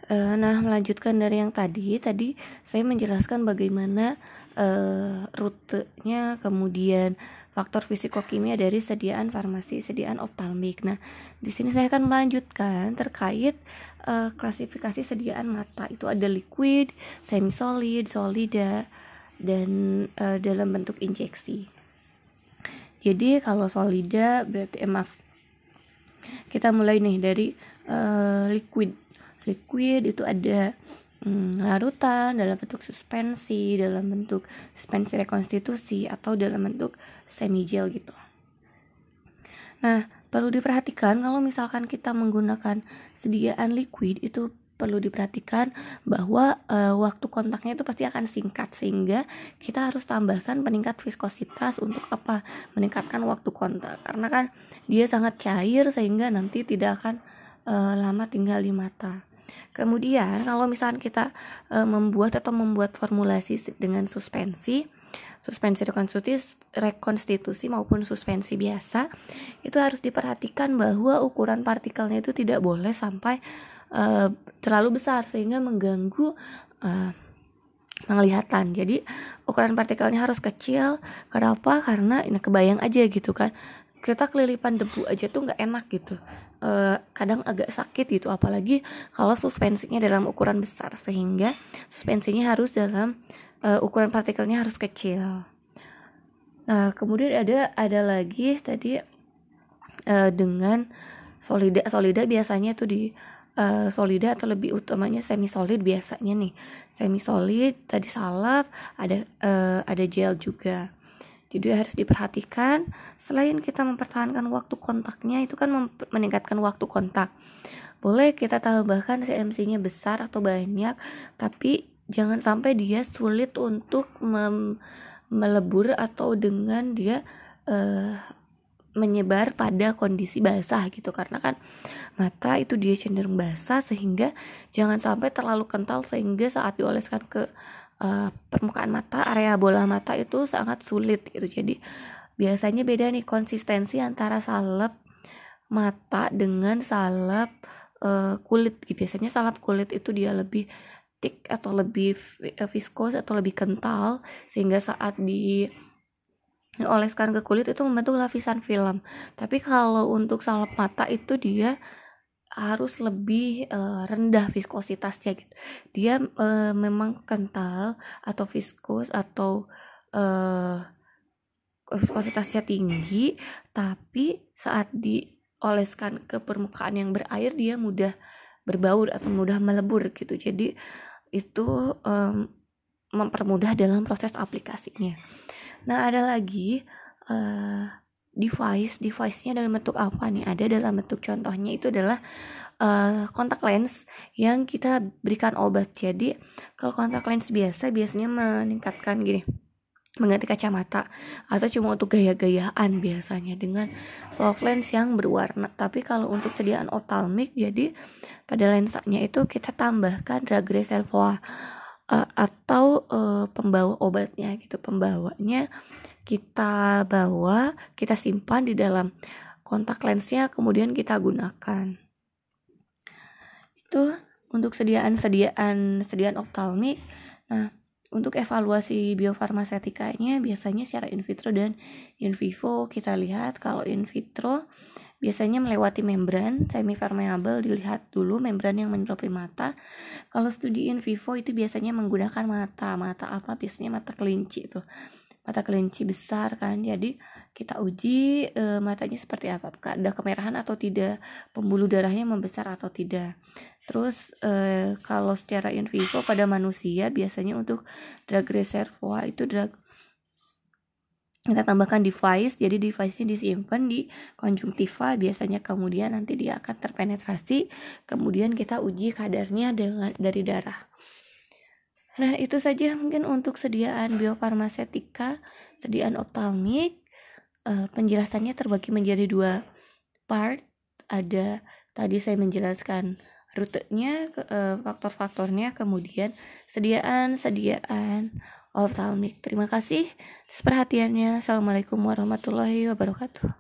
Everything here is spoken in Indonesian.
Nah, melanjutkan dari yang tadi saya menjelaskan bagaimana rutenya, kemudian faktor fisiko-kimia dari sediaan farmasi, sediaan optalmik. Nah, di sini saya akan melanjutkan terkait klasifikasi sediaan mata. Itu ada liquid, semi-solid, solida, dan dalam bentuk injeksi. Jadi kalau solida berarti kita mulai nih dari liquid. Liquid itu ada larutan dalam bentuk suspensi rekonstitusi, atau dalam bentuk semi gel gitu. Nah, perlu diperhatikan kalau misalkan kita menggunakan sediaan liquid, itu perlu diperhatikan bahwa waktu kontaknya itu pasti akan singkat, sehingga kita harus tambahkan peningkat viskositas untuk apa? Meningkatkan waktu kontak, karena kan dia sangat cair sehingga nanti tidak akan lama tinggal di mata. Kemudian kalau misalkan kita membuat formulasi dengan suspensi rekonstitusi maupun suspensi biasa, itu harus diperhatikan bahwa ukuran partikelnya itu tidak boleh sampai terlalu besar sehingga mengganggu penglihatan. Jadi ukuran partikelnya harus kecil. Kenapa? Karena ini kebayang aja gitu kan, kita kelilipan debu aja tuh nggak enak gitu, kadang agak sakit gitu, apalagi kalau suspensinya dalam ukuran besar, sehingga suspensinya harus dalam ukuran partikelnya harus kecil. Nah, kemudian ada lagi tadi dengan solida biasanya tuh di solida atau lebih utamanya semi solid. Biasanya nih semi solid tadi salep, ada gel juga. Jadi harus diperhatikan, selain kita mempertahankan waktu kontaknya, itu kan meningkatkan waktu kontak. Boleh kita tambahkan CMC-nya besar atau banyak, tapi jangan sampai dia sulit untuk melebur atau dengan dia menyebar pada kondisi basah gitu, karena kan mata itu dia cenderung basah, sehingga jangan sampai terlalu kental sehingga saat dioleskan ke permukaan mata, area bola mata itu sangat sulit gitu. Jadi biasanya beda nih konsistensi antara salep mata dengan salep kulit. Biasanya salep kulit itu dia lebih thick atau lebih viskos atau lebih kental, sehingga saat dioleskan ke kulit itu membentuk lapisan film. Tapi kalau untuk salep mata itu dia harus lebih rendah viskositasnya gitu. Dia memang kental atau viskos atau viskositasnya tinggi, tapi saat dioleskan ke permukaan yang berair dia mudah berbaur atau mudah melebur gitu. Jadi itu mempermudah dalam proses aplikasinya. Nah, ada lagi device-nya dalam bentuk apa nih? Ada dalam bentuk, contohnya itu adalah kontak lens yang kita berikan obat. Jadi kalau kontak lens biasanya meningkatkan mengganti kacamata, atau cuma untuk gaya-gayaan biasanya dengan soft lens yang berwarna. Tapi kalau untuk sediaan optalmik, jadi pada lensanya itu kita tambahkan drug reservoir atau pembawa obatnya gitu. Pembawanya kita simpan di dalam kontak lensnya, kemudian kita gunakan. Itu untuk sediaan optalmik. Nah, untuk evaluasi biofarmasetikanya biasanya secara in vitro dan in vivo. Kita lihat kalau in vitro biasanya melewati membran semi-permeable, dilihat dulu membran yang menyerupai mata. Kalau studi in vivo itu biasanya menggunakan mata apa? Biasanya mata kelinci tuh. Mata kelinci besar kan, jadi kita uji matanya seperti apa, apakah ada kemerahan atau tidak, pembuluh darahnya membesar atau tidak. Terus kalau secara in vivo pada manusia biasanya untuk drug reservoir itu kita tambahkan device, jadi device-nya disimpan di konjungtiva biasanya, kemudian nanti dia akan terpenetrasi, kemudian kita uji kadarnya dari darah. Nah, itu saja mungkin untuk sediaan biofarmasetika, sediaan optalmik. Penjelasannya terbagi menjadi 2 part. Ada tadi saya menjelaskan rutenya, faktor-faktornya, kemudian sediaan optalmik. Terima kasih atas perhatiannya. Assalamualaikum warahmatullahi wabarakatuh.